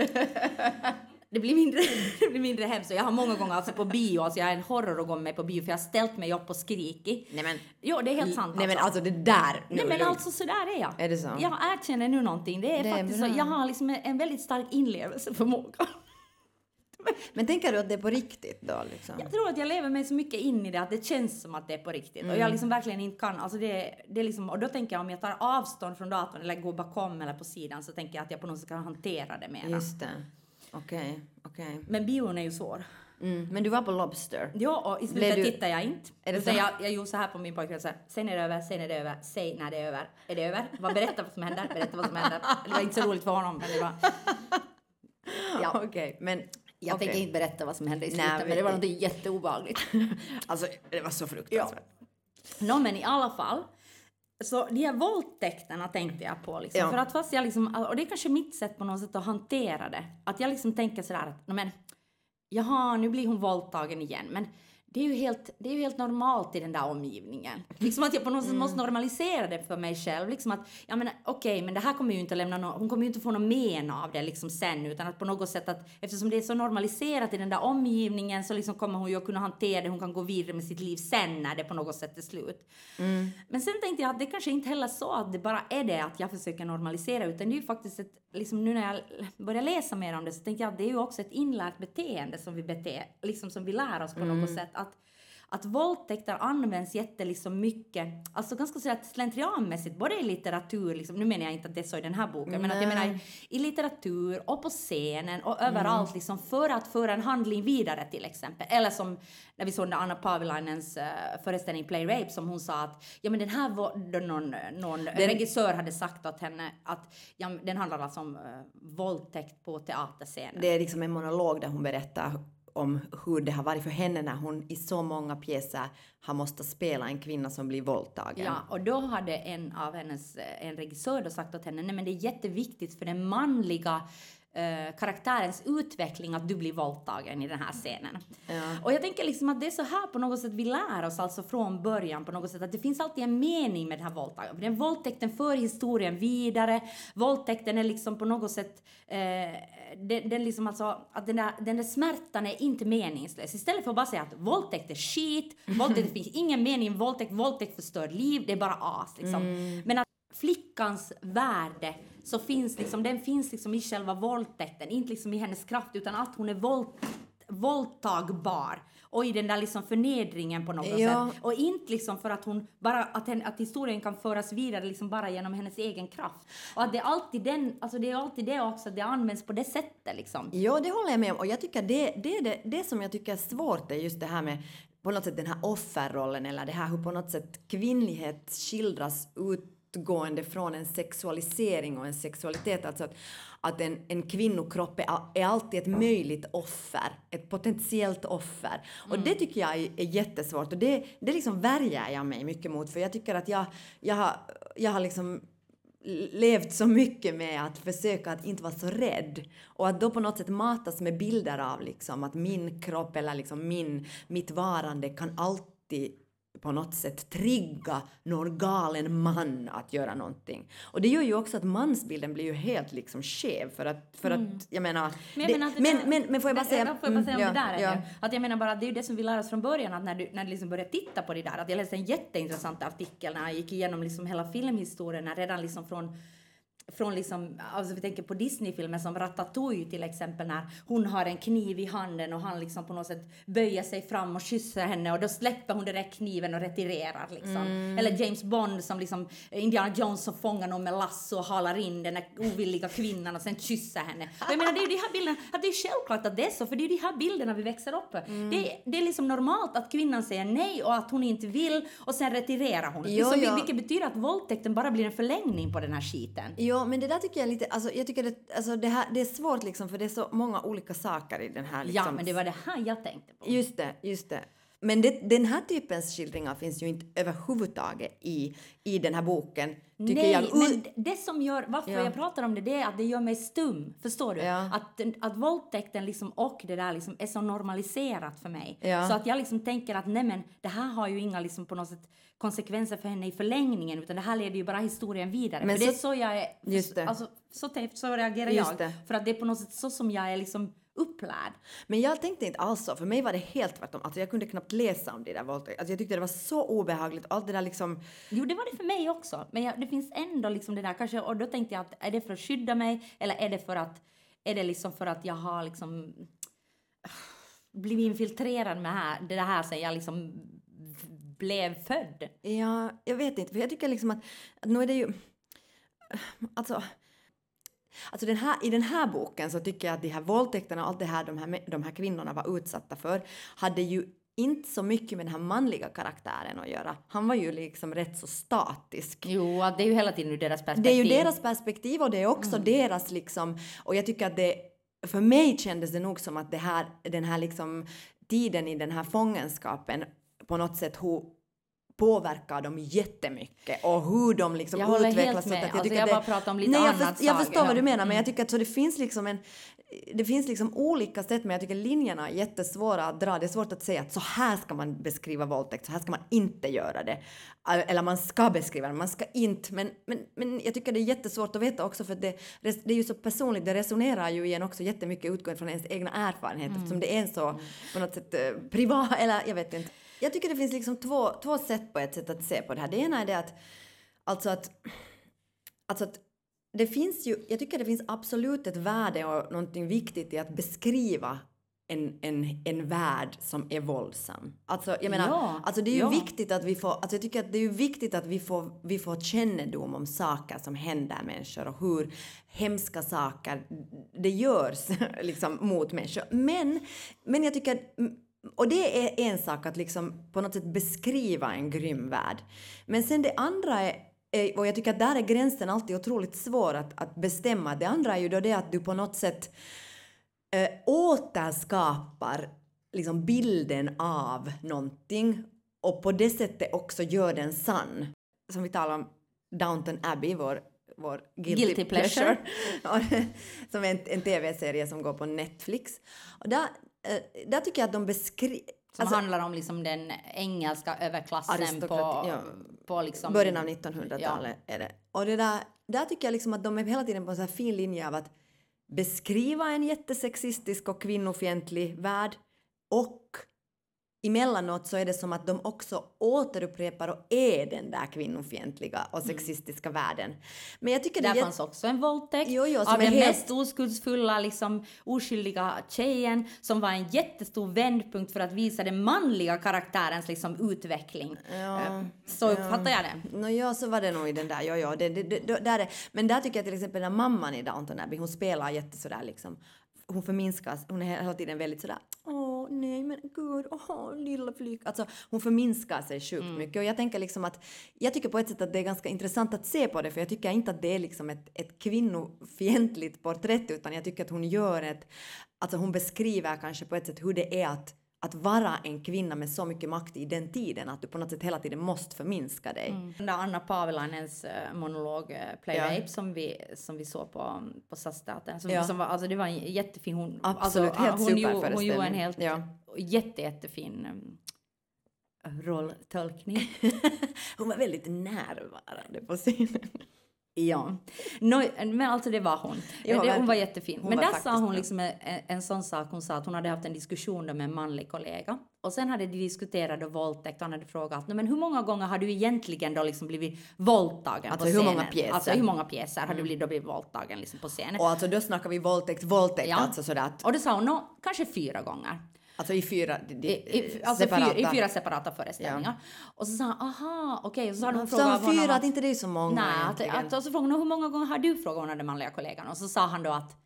Speaker 2: Det blir mindre hemskt. Jag har många gånger alltså på bio, alltså jag är en horror att gå med på bio för jag har ställt mig upp och skrikit.
Speaker 1: Nej men.
Speaker 2: Jo, det är helt sant.
Speaker 1: Nej men alltså det där.
Speaker 2: Nej men alltså sådär är jag.
Speaker 1: Är det så?
Speaker 2: Jag erkänner nu någonting. Det är faktiskt så, jag har liksom en väldigt stark inlevelseförmåga.
Speaker 1: Men tänker du att det är på riktigt då liksom?
Speaker 2: Jag tror att jag lever mig så mycket in i det att det känns som att det är på riktigt. Och jag liksom verkligen inte kan, alltså det är liksom, och då tänker jag om jag tar avstånd från datorn eller går bakom eller på sidan så tänker jag att jag på något sätt kan hantera det mer.
Speaker 1: Just det. Okej.
Speaker 2: Men bion är ju svår.
Speaker 1: Men du var på Lobster.
Speaker 2: Ja, och i slutet tittar jag inte.
Speaker 1: Är det
Speaker 2: så jag gjorde så här på min pojkvän så här, säg när det är över, säg när det är över, säg när det är över. Är det över? Berätta vad som händer, Det var inte så roligt för honom, men det var...
Speaker 1: Ja, okej. Men
Speaker 2: jag tänker inte berätta vad som hände i slutet, men det var något jätteobehagligt.
Speaker 1: Alltså, det var så fruktansvärt.
Speaker 2: Ja. Men i alla fall, så de här våldtäkterna tänkte jag på. Liksom, för att fast jag liksom, och det är kanske mitt sätt på något sätt att hantera det. Att jag liksom tänker sådär att, men, jaha, nu blir hon våldtagen igen. Men det är ju helt normalt i den där omgivningen. Liksom att jag på något sätt måste normalisera det för mig själv. Liksom att, ja men okej, men det här kommer ju inte lämna hon kommer ju inte få någon men av det liksom sen. Utan att på något sätt att, eftersom det är så normaliserat i den där omgivningen så liksom kommer hon ju att kunna hantera det. Hon kan gå vidare med sitt liv sen när det på något sätt är slut. Men sen tänkte jag att det kanske inte heller så att det bara är det att jag försöker normalisera. Utan det är ju faktiskt liksom nu när jag börjar läsa mer om det så tänkte jag att det är ju också ett inlärt beteende som vi liksom som vi lär oss på något sätt. Att våldtäkter används liksom mycket, alltså ganska så att slentrianmässigt, både i litteratur, liksom, nu menar jag inte att det är så i den här boken, men att jag menar i litteratur och på scenen och överallt liksom, för att föra en handling vidare till exempel. Eller som när vi såg den Anna Paavilainens föreställning Play Rape som hon sa att ja men den här var någon regissör hade sagt åt henne att ja, den handlar alltså om våldtäkt på teaterscenen.
Speaker 1: Det är liksom en monolog där hon berättar om hur det har varit för henne när hon i så många pjäser har måste spela en kvinna som blir våldtagen.
Speaker 2: Ja, och då hade en regissör då sagt åt henne, nej men det är jätteviktigt för den manliga karaktärens utveckling att du blir våldtagen i den här scenen. Ja. Och jag tänker liksom att det är så här på något sätt vi lär oss alltså från början på något sätt att det finns alltid en mening med den här våldtagen. För den våldtäkten för historien vidare. Våldtäkten är liksom på något sätt den liksom alltså att den där smärtan är inte meningslös. Istället för att bara säga att våldtäkt är skit, våldtäkt finns ingen mening, våldtäkt förstör liv, det är bara as liksom. Men att flickans värde så finns liksom, den finns liksom i själva våldtäkten, inte liksom i hennes kraft utan att hon är våldtagbar och i den där liksom förnedringen på något sätt och inte liksom för att hon bara att historien kan föras vidare liksom bara genom hennes egen kraft och att det är alltid det är alltid det också att det används på det sättet liksom.
Speaker 1: Ja, det håller jag med om och jag tycker det som jag tycker är svårt är just det här med på något sätt den här offerrollen eller det här hur på något sätt kvinnlighet skildras utgående från en sexualisering och en sexualitet. Alltså att en kvinnokropp är alltid ett möjligt offer. Ett potentiellt offer. Och det tycker jag är jättesvårt. Och det liksom värjer jag mig mycket mot. För jag tycker att jag har liksom levt så mycket med att försöka att inte vara så rädd. Och att då på något sätt matas med bilder av liksom att min kropp eller liksom mitt varande kan alltid på något sätt trigga någon galen man att göra någonting. Och det gör ju också att mansbilden blir ju helt liksom skev för att jag menar... Men får jag bara säga...
Speaker 2: Får jag bara säga om det där? Att jag menar bara att det är ju det som vi lär oss från början, att när du liksom börjar titta på det där, att jag läste en jätteintressant artikel när jag gick igenom liksom hela filmhistorien, redan liksom från liksom, alltså vi tänker på Disney-filmer som Ratatouille till exempel, när hon har en kniv i handen och han liksom på något sätt böjer sig fram och kysser henne och då släpper hon direkt kniven och retirerar liksom. Eller James Bond som liksom Indiana Jones som fångar någon med lasso och halar in den där ovilliga kvinnan och sen kysser henne. Och jag menar, det är ju de här bilderna, att det är självklart att det är så, för det är ju de här bilderna vi växer upp. Det är liksom normalt att kvinnan säger nej och att hon inte vill och sen retirerar hon. Vilket betyder att våldtäkten bara blir en förlängning på den här skiten.
Speaker 1: Ja, men det där tycker jag är lite, alltså jag tycker det är svårt liksom, för det är så många olika saker i den här liksom.
Speaker 2: Ja, men det var det här jag tänkte på.
Speaker 1: Just det. Men den här typens skildringar finns ju inte överhuvudtaget i den här boken, tycker jag.
Speaker 2: Men det som gör, varför jag pratar om det är att det gör mig stum, förstår du?
Speaker 1: Ja.
Speaker 2: Att våldtäkten liksom, och det där liksom är så normaliserat för mig.
Speaker 1: Ja.
Speaker 2: Så att jag liksom tänker att nej, men det här har ju inga liksom på något sätt konsekvenser för henne i förlängningen, utan det här leder ju bara historien vidare. Men för det är så jag är,
Speaker 1: just det.
Speaker 2: Alltså, så reagerar jag. För att det är på något sätt så som jag är liksom upplärd. Men
Speaker 1: jag tänkte inte alls så. För mig var det helt tvärtom. Alltså jag kunde knappt läsa om det där våldtäkt. Alltså jag tyckte det var så obehagligt. Allt det där liksom...
Speaker 2: Jo, det var det för mig också. Men det finns ändå liksom det där kanske. Och då tänkte jag att är det för att skydda mig? Eller är det liksom för att jag har liksom blivit infiltrerad med det här sen jag liksom blev född?
Speaker 1: Ja, jag vet inte. För jag tycker liksom att nu är det ju... Alltså i den här boken så tycker jag att de här våldtäkterna och allt det här de här kvinnorna var utsatta för hade ju inte så mycket med den här manliga karaktären att göra. Han var ju liksom rätt så statisk.
Speaker 2: Jo, det är ju hela tiden ur deras perspektiv.
Speaker 1: Det är ju deras perspektiv och det är också deras liksom, och jag tycker att för mig kändes det nog som att den här liksom tiden i den här fångenskapen på något sätt påverkar dem jättemycket och hur de liksom
Speaker 2: utvecklas.
Speaker 1: Jag håller helt med.
Speaker 2: Jag bara pratar om lite annat.
Speaker 1: Jag förstår vad du menar, men jag tycker att så det finns liksom olika sätt, men jag tycker linjerna är jättesvåra att dra. Det är svårt att säga att så här ska man beskriva våldtäkt, så här ska man inte göra det. Eller man ska beskriva det, man ska inte. Men jag tycker det är jättesvårt att veta också, för att det är ju så personligt, det resonerar ju igen också jättemycket utgående från ens egna erfarenheter, eftersom det är så på något säsätt privat, eller jag vet inte. Jag tycker det finns liksom två sätt på ett sätt att se på det här. Det ena är det att det finns ju, jag tycker det finns absolut ett värde och någonting viktigt i att beskriva en värld som är våldsam. Alltså jag menar, alltså det är ju viktigt att vi får, alltså jag tycker att det är ju viktigt att vi får kännedom om saker som händer människor och hur hemska saker det görs liksom mot människor. Men jag tycker, och det är en sak att liksom på något sätt beskriva en grym värld. Men sen det andra är, och jag tycker att där är gränsen alltid otroligt svår att bestämma. Det andra är ju då det att du på något sätt återskapar liksom bilden av någonting och på det sättet också gör den sann. Som vi talar om Downton Abbey, vår guilty pleasure. Som är en tv-serie som går på Netflix. Och där tycker jag att de beskriver...
Speaker 2: Som handlar om liksom den engelska överklassen på liksom...
Speaker 1: början av 1900-talet är det. Och där tycker jag liksom att de är hela tiden på en så här fin linje av att beskriva en jättesexistisk och kvinnofientlig värld, och emellanåt så är det som att de också återupprepar och är den där kvinnofientliga och sexistiska världen. Men jag tycker
Speaker 2: där fanns också en våldtäkt av den mest oskuldsfulla, liksom oskyldiga tjejen, som var en jättestor vändpunkt för att visa den manliga karaktärens liksom utveckling. Så uppfattar jag det.
Speaker 1: Ja, så var det nog i den där. Men där tycker jag till exempel den mamman i Downton Abbey, hon spelar sådär liksom. Hon förminskas, hon är hela tiden väldigt sådär, nej men gud, lilla flyg. Alltså hon förminskar sig sjukt mycket, och jag tänker liksom att jag tycker på ett sätt att det är ganska intressant att se på det, för jag tycker inte att det är liksom ett kvinnofientligt porträtt, utan jag tycker att hon gör alltså hon beskriver kanske på ett sätt hur det är att vara en kvinna med så mycket makt i den tiden, att du på något sätt hela tiden måste förminska dig.
Speaker 2: Den där Anna Paavilainens monolog Play Rape som vi såg på SAS-teatern, som var, alltså det var en jättefin, hon
Speaker 1: absolut, helt superföreställning.
Speaker 2: Hon gjorde en helt jättefin rolltolkning.
Speaker 1: Hon var väldigt närvarande på scenen.
Speaker 2: Ja, men alltså det var hon. Hon var jättefin. Men där sa hon liksom en sån sak. Hon sa att hon hade haft en diskussion med en manlig kollega. Och sen hade de diskuterat våldtäkt. Och han hade frågat, men hur många gånger har du egentligen då liksom blivit våldtagen
Speaker 1: alltså
Speaker 2: på scenen?
Speaker 1: Hur många pjäser?
Speaker 2: Alltså hur många pjäser har du blivit våldtagen liksom på scenen?
Speaker 1: Och alltså då snackar vi våldtäkt,
Speaker 2: ja.
Speaker 1: alltså sådär att...
Speaker 2: Och det sa hon kanske 4 gånger.
Speaker 1: Alltså i 4
Speaker 2: 4 separata föreställningar. Ja. Och så sa han, aha, okej. Och så hade hon
Speaker 1: frågat 4, att inte det är så många
Speaker 2: egentligen. Och så frågade hon, hur många gånger har du frågat hon den manliga kollegan? Och så sa han då att,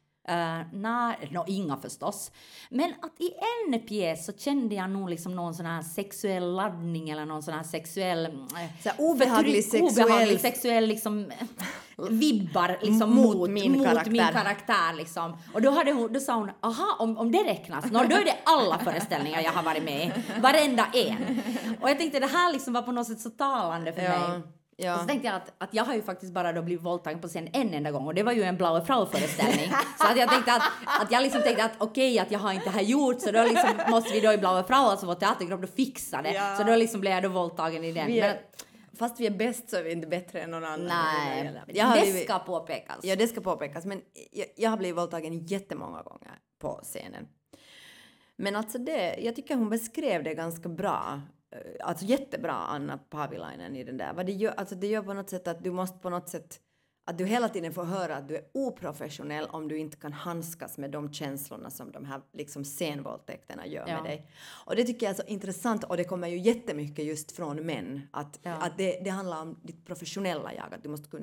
Speaker 2: inga förstås. Men att i en pjäs så kände jag nog liksom någon sån här sexuell laddning eller någon sån här sexuell...
Speaker 1: så här obehaglig
Speaker 2: sexuell liksom... vibbar liksom mot min karaktär liksom. Och då sa hon, aha, om det räknas, då är det alla föreställningar jag har varit med i, varenda en. Och jag tänkte det här liksom var på något sätt så talande för mig. Ja. Och så tänkte jag att jag har ju faktiskt bara då blivit våldtagen på scen en enda gång. Och det var ju en Blaue Frau-föreställning. Så att jag tänkte att jag liksom tänkte att okej, att jag har inte det här gjort. Så då liksom måste vi då i Blaue Frau, alltså vår teatergrupp, då fixa det. Ja. Så då liksom blev jag då våldtagen i den.
Speaker 1: Fast vi är bäst så är vi inte bättre än någon annan.
Speaker 2: Nej, det ska påpekas.
Speaker 1: Ja, det ska påpekas. Men jag har blivit våldtagen jättemånga gånger på scenen. Men alltså jag tycker hon beskrev det ganska bra. Alltså jättebra, Anna Paavilainen i den där. Vad det gör på något sätt att du måste på något sätt... Att du hela tiden får höra att du är oprofessionell om du inte kan handskas med de känslorna som de här liksom scenvåldtäkterna gör med dig. Och det tycker jag är så intressant, och det kommer ju jättemycket just från män. Att det handlar om ditt professionella jag, att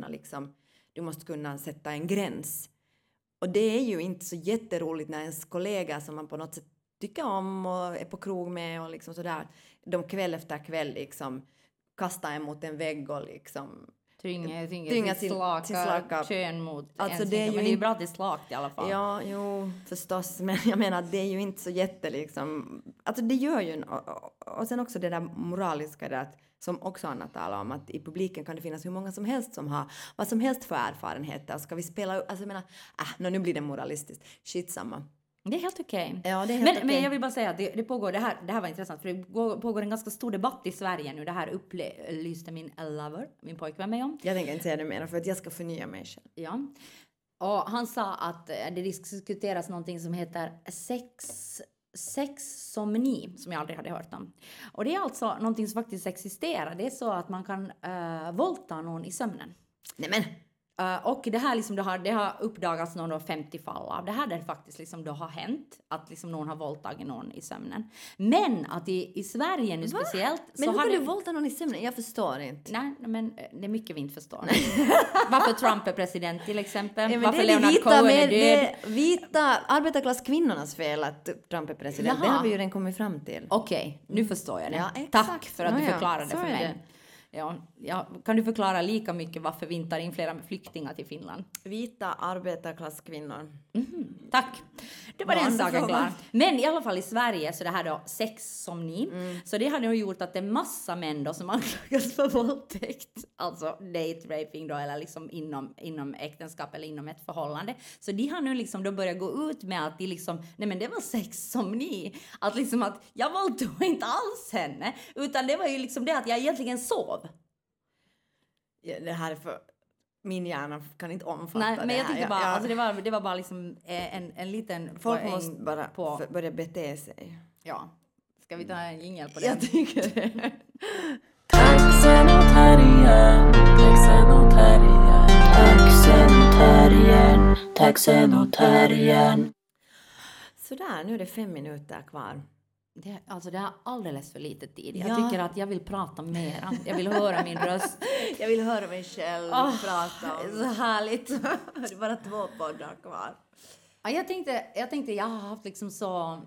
Speaker 1: du måste kunna sätta en gräns. Och det är ju inte så jätteroligt när ens kollega som man på något sätt tycker om och är på krog med och liksom sådär, de kväll efter kväll liksom kastar en mot en vägg och liksom...
Speaker 2: Tynga sin slaka kön mot
Speaker 1: alltså
Speaker 2: men det är ju bra att det är slakt i alla fall.
Speaker 1: Ja, jo, förstås. Men jag menar att det är ju inte så jätte liksom... Alltså det gör ju... Och sen också det där moraliska där att, som också Anna talar om, att i publiken kan det finnas hur många som helst som har vad som helst för erfarenheter. Ska vi spela... Alltså jag menar... nu blir det moralistiskt. Skitsamma.
Speaker 2: Det är helt okej.
Speaker 1: Ja, det är helt okej.
Speaker 2: Men jag vill bara säga att det pågår, det här var intressant, för det pågår en ganska stor debatt i Sverige nu. Det här upplyste min lover, min pojkvän, mig om.
Speaker 1: Jag tänker inte säga det mer för att jag ska förnya mig själv.
Speaker 2: Ja. Och han sa att det diskuteras någonting som heter sexsomni, som jag aldrig hade hört om. Och det är alltså någonting som faktiskt existerar. Det är så att man kan våldta någon i sömnen.
Speaker 1: Nämen!
Speaker 2: Och det här liksom, det har uppdagats någon 50 fall av det här, där det faktiskt liksom då har hänt att liksom någon har våldtagit någon i sömnen. Men att i Sverige nu speciellt...
Speaker 1: Men hur kan du våldta någon i sömnen? Jag förstår inte.
Speaker 2: Nej, men det är mycket vi inte förstår. Varför Trump är president till exempel.
Speaker 1: Varför Leonard Cohen är död. Det är vita arbetarklasskvinnornas fel att Trump är president. Jaha. Det har vi ju redan kommit fram till.
Speaker 2: Okej, nu förstår jag det.
Speaker 1: Ja,
Speaker 2: tack för att du förklarade det för mig.
Speaker 1: Det.
Speaker 2: Ja, kan du förklara lika mycket varför vi inte tar in flera flyktingar till Finland?
Speaker 1: Vita arbetarklasskvinnor.
Speaker 2: Tack. Det var den saken klar. Men i alla fall i Sverige så det här då sexsomni. Så det hade nog gjort att det är massa män då som anklagas för våldtäkt. Alltså date raping då, eller liksom inom äktenskap eller inom ett förhållande. Så de har nu liksom då börjat gå ut med att de liksom, nej men det var sexsomni. Att liksom att jag våldtog inte alls henne. Utan det var ju liksom det att jag egentligen sov.
Speaker 1: Ja, det här är för... Min hjärna kan inte omfatta det.
Speaker 2: Nej, men jag tyckte bara... Alltså det var bara liksom en liten...
Speaker 1: Folk måste bara börja bete sig.
Speaker 2: Ja. Ska vi ta en jingle på det?
Speaker 1: Jag tycker det. Taxenotarien. Sådär, nu är det 5 minuter kvar.
Speaker 2: Det är alldeles för lite tid. Jag tycker att jag vill prata mera. Jag vill höra min röst.
Speaker 1: Jag vill höra mig själv prata om.
Speaker 2: Så härligt.
Speaker 1: Det är bara 2 poddar kvar.
Speaker 2: Ja, jag tänkte jag har haft liksom så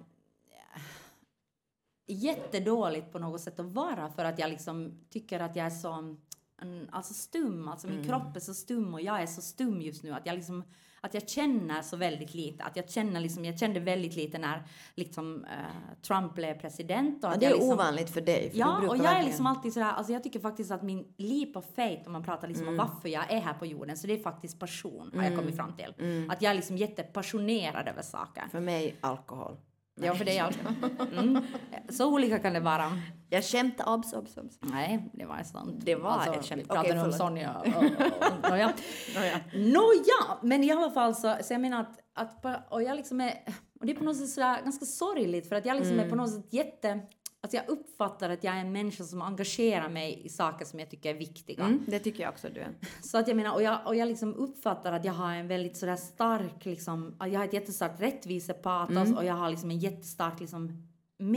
Speaker 2: jättedåligt på något sätt att vara, för att jag liksom tycker att jag är så stum. Alltså min kropp är så stum och jag är så stum just nu att jag liksom... Att jag känner så väldigt lite. Att jag kände väldigt lite när liksom, Trump blev president. Och att
Speaker 1: det är
Speaker 2: liksom,
Speaker 1: ovanligt för dig. För
Speaker 2: ja, och jag är liksom alltid sådär. Alltså jag tycker faktiskt att min leap of faith, om man pratar liksom om varför jag är här på jorden. Så det är faktiskt passion, har jag kommit fram till. Att jag är liksom jättepassionerad över saker.
Speaker 1: För mig alkohol.
Speaker 2: Ja, för det är allt. Så olika kan det vara.
Speaker 1: Jag skämtar, obs.
Speaker 2: Nej, det var sant.
Speaker 1: Det var
Speaker 2: alltså,
Speaker 1: ett skämt.
Speaker 2: Vi pratade om Sonja. Men i alla fall så jag menar och jag liksom är, och det är på något sätt sådär ganska sorgligt för att jag liksom är på något sätt alltså jag uppfattar att jag är en människa som engagerar mig i saker som jag tycker är viktiga.
Speaker 1: Det tycker jag också du är.
Speaker 2: Så att jag menar, och jag liksom uppfattar att jag har en väldigt sådär stark liksom, jag har ett jättestarkt rättvisepatos och jag har liksom en jättestark liksom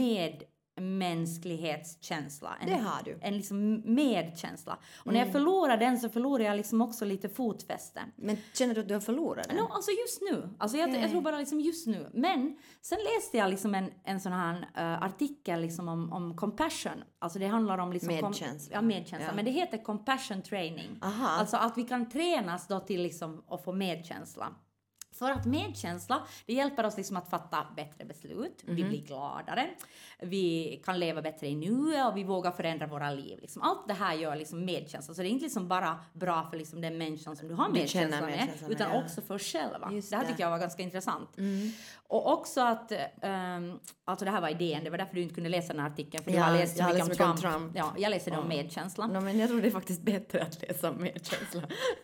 Speaker 2: medmänsklighetskänsla.
Speaker 1: Det har du.
Speaker 2: En liksom medkänsla. Och när jag förlorar den så förlorar jag liksom också lite fotfäste.
Speaker 1: Men känner du att du har förlorat den?
Speaker 2: No, alltså just nu. Alltså jag tror bara liksom just nu. Men sen läste jag liksom en sån här artikel liksom om compassion. Alltså det handlar om liksom
Speaker 1: medkänsla.
Speaker 2: Medkänsla. Ja. Men det heter compassion training.
Speaker 1: Aha.
Speaker 2: Alltså att vi kan tränas då till liksom att få medkänsla. För att medkänsla, det hjälper oss liksom att fatta bättre beslut. Vi blir gladare. Vi kan leva bättre i nuet och vi vågar förändra våra liv. Liksom. Allt det här gör liksom medkänsla. Så det är inte liksom bara bra för liksom den människan som du har medkänsla med. Utan också för oss själva. Det här tycker jag var ganska intressant. Och också att, alltså det här var idén. Det var därför du inte kunde läsa den här artikeln. För du har läst så mycket om Trump. Ja, jag läste om medkänsla.
Speaker 1: No, men jag tror det är faktiskt bättre att läsa om medkänsla.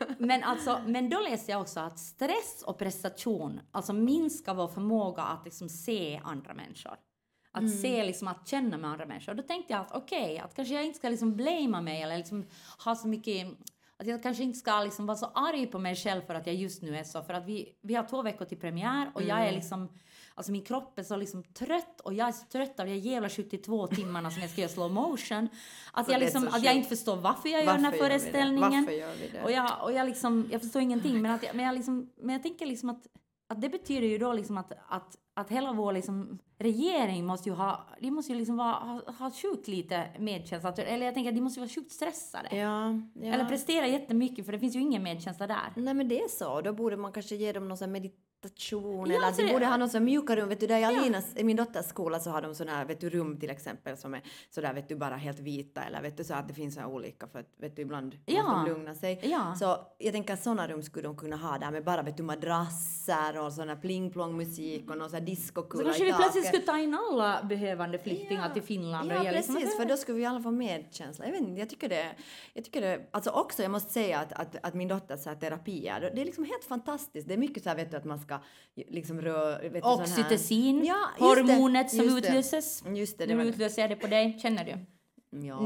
Speaker 2: men då läste jag också att stress och prestation alltså minskar vår förmåga att liksom se andra människor. Att se liksom, att känna med andra människor. Och då tänkte jag att att kanske jag inte ska liksom blamea mig eller liksom ha så mycket, att jag kanske inte ska liksom vara så arg på mig själv för att jag just nu är så. För att vi har 2 veckor till premiär och jag är liksom, alltså min kropp är så liksom trött och jag är så trött av de jävla 72 timmarna som jag ska göra slow motion. Att jag liksom, att jag inte förstår varför jag gör den här föreställningen.
Speaker 1: Varför gör vi det?
Speaker 2: Och jag liksom, jag förstår ingenting. Men jag tänker liksom att det betyder ju då liksom att hela vår liksom regering måste ju ha liksom ha sjukt lite medkänsla. Eller jag tänker att de måste vara sjukt stressade.
Speaker 1: Ja.
Speaker 2: Eller prestera jättemycket för det finns ju ingen medkänsla där.
Speaker 1: Nej men det är så. Då borde man kanske ge dem någon sån meditation. Eller att de borde ha någon sån mjuka rum. Vet du, där i min dotters skola så har de såna här, vet du, rum till exempel som är så där, vet du, bara helt vita. Eller vet du, så att det finns så olika för att, vet du, ibland måste de lugna sig. Ja. Så jag tänker att såna rum skulle de kunna ha där med bara, vet du, madrasser och såna pling-plong-musik och någon sån här discokula i taket.
Speaker 2: Så kanske vi plötsligt skulle ta in alla behövande flyktingar till Finland.
Speaker 1: Ja, precis, för då skulle vi alla få medkänsla. Jag vet inte, jag tycker det, alltså också jag måste säga att min dotter så här terapier, det är liksom helt fantastiskt. Det är mycket så här, vet du, att man ska liksom
Speaker 2: oxytocin, hormonet som utlöses.
Speaker 1: Just det.
Speaker 2: Nu utlöser jag det på dig, känner du?
Speaker 1: Ja.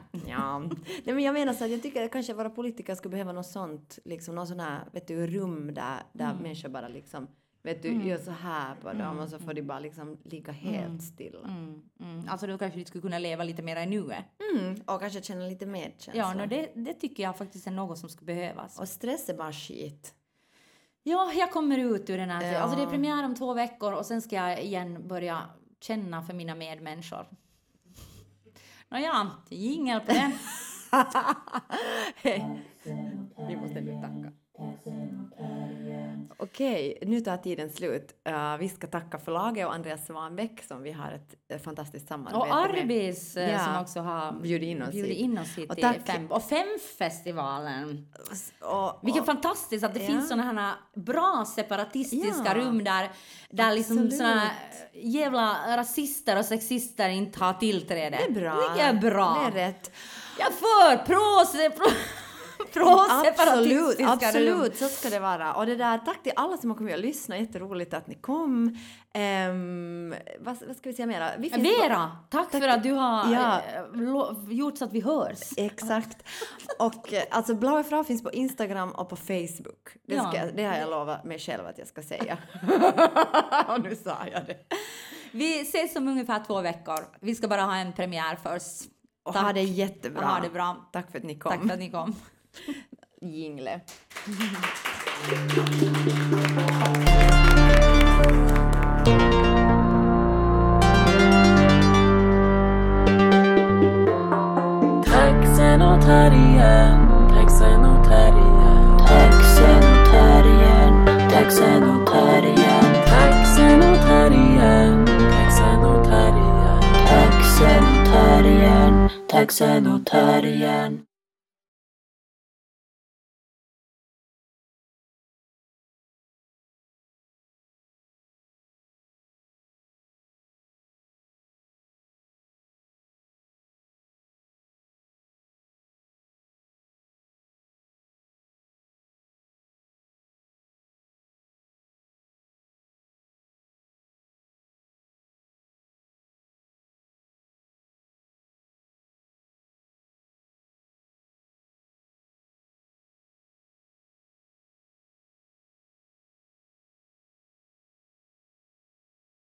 Speaker 1: Nej, men jag menar så att jag tycker att kanske våra politiker skulle behöva något sånt, liksom någon sån här, vet du, rum där människor bara liksom, vet du, gör så här på dem och så får de bara liksom ligga helt stilla.
Speaker 2: Alltså då kanske du skulle kunna leva lite mer i nuet.
Speaker 1: Och kanske känna lite medkänsla.
Speaker 2: Ja, det tycker jag faktiskt är något som skulle behövas.
Speaker 1: Och stress är bara skit.
Speaker 2: Ja, jag kommer ut ur den här. Ja. Alltså det är premiär om 2 veckor och sen ska jag igen börja känna för mina medmänniskor. Nåja, jingel på det.
Speaker 1: Vi måste nu tacka. Okej, nu tar tiden slut. Vi ska tacka förlaget och Andreas Svanbäck som vi har ett fantastiskt samarbete
Speaker 2: med. Och Arbis som också har
Speaker 1: bjudit in oss hit
Speaker 2: till FEM-festivalen. Vilket fantastiskt att det finns såna här bra separatistiska rum där liksom såna jävla rasister och sexister inte har tillträde.
Speaker 1: Det är bra.
Speaker 2: Det är bra.
Speaker 1: Det är rätt.
Speaker 2: Jag får
Speaker 1: Absolut, så ska det vara. Och det där, tack till alla som har kommit och lyssnat. Jätteroligt att ni kom. Vad ska vi säga mera?
Speaker 2: Vera, tack för att du har gjort så att vi hörs.
Speaker 1: Exakt. Och alltså Blaue Frau finns på Instagram och på Facebook. Det har jag lovat mig själv att jag ska säga. Och nu sa jag det.
Speaker 2: Vi ses om ungefär 2 veckor. Vi ska bara ha en premiär först.
Speaker 1: Och ha det jättebra.
Speaker 2: Ha det bra.
Speaker 1: Tack för att ni kom.
Speaker 2: Tack för att ni kom.
Speaker 1: Jingle.
Speaker 3: Taxenotarien, taxenotarien, taxenotarien, taxenotarien, taxenotarien, taxenotarien, taxenotarien, taxenotarien.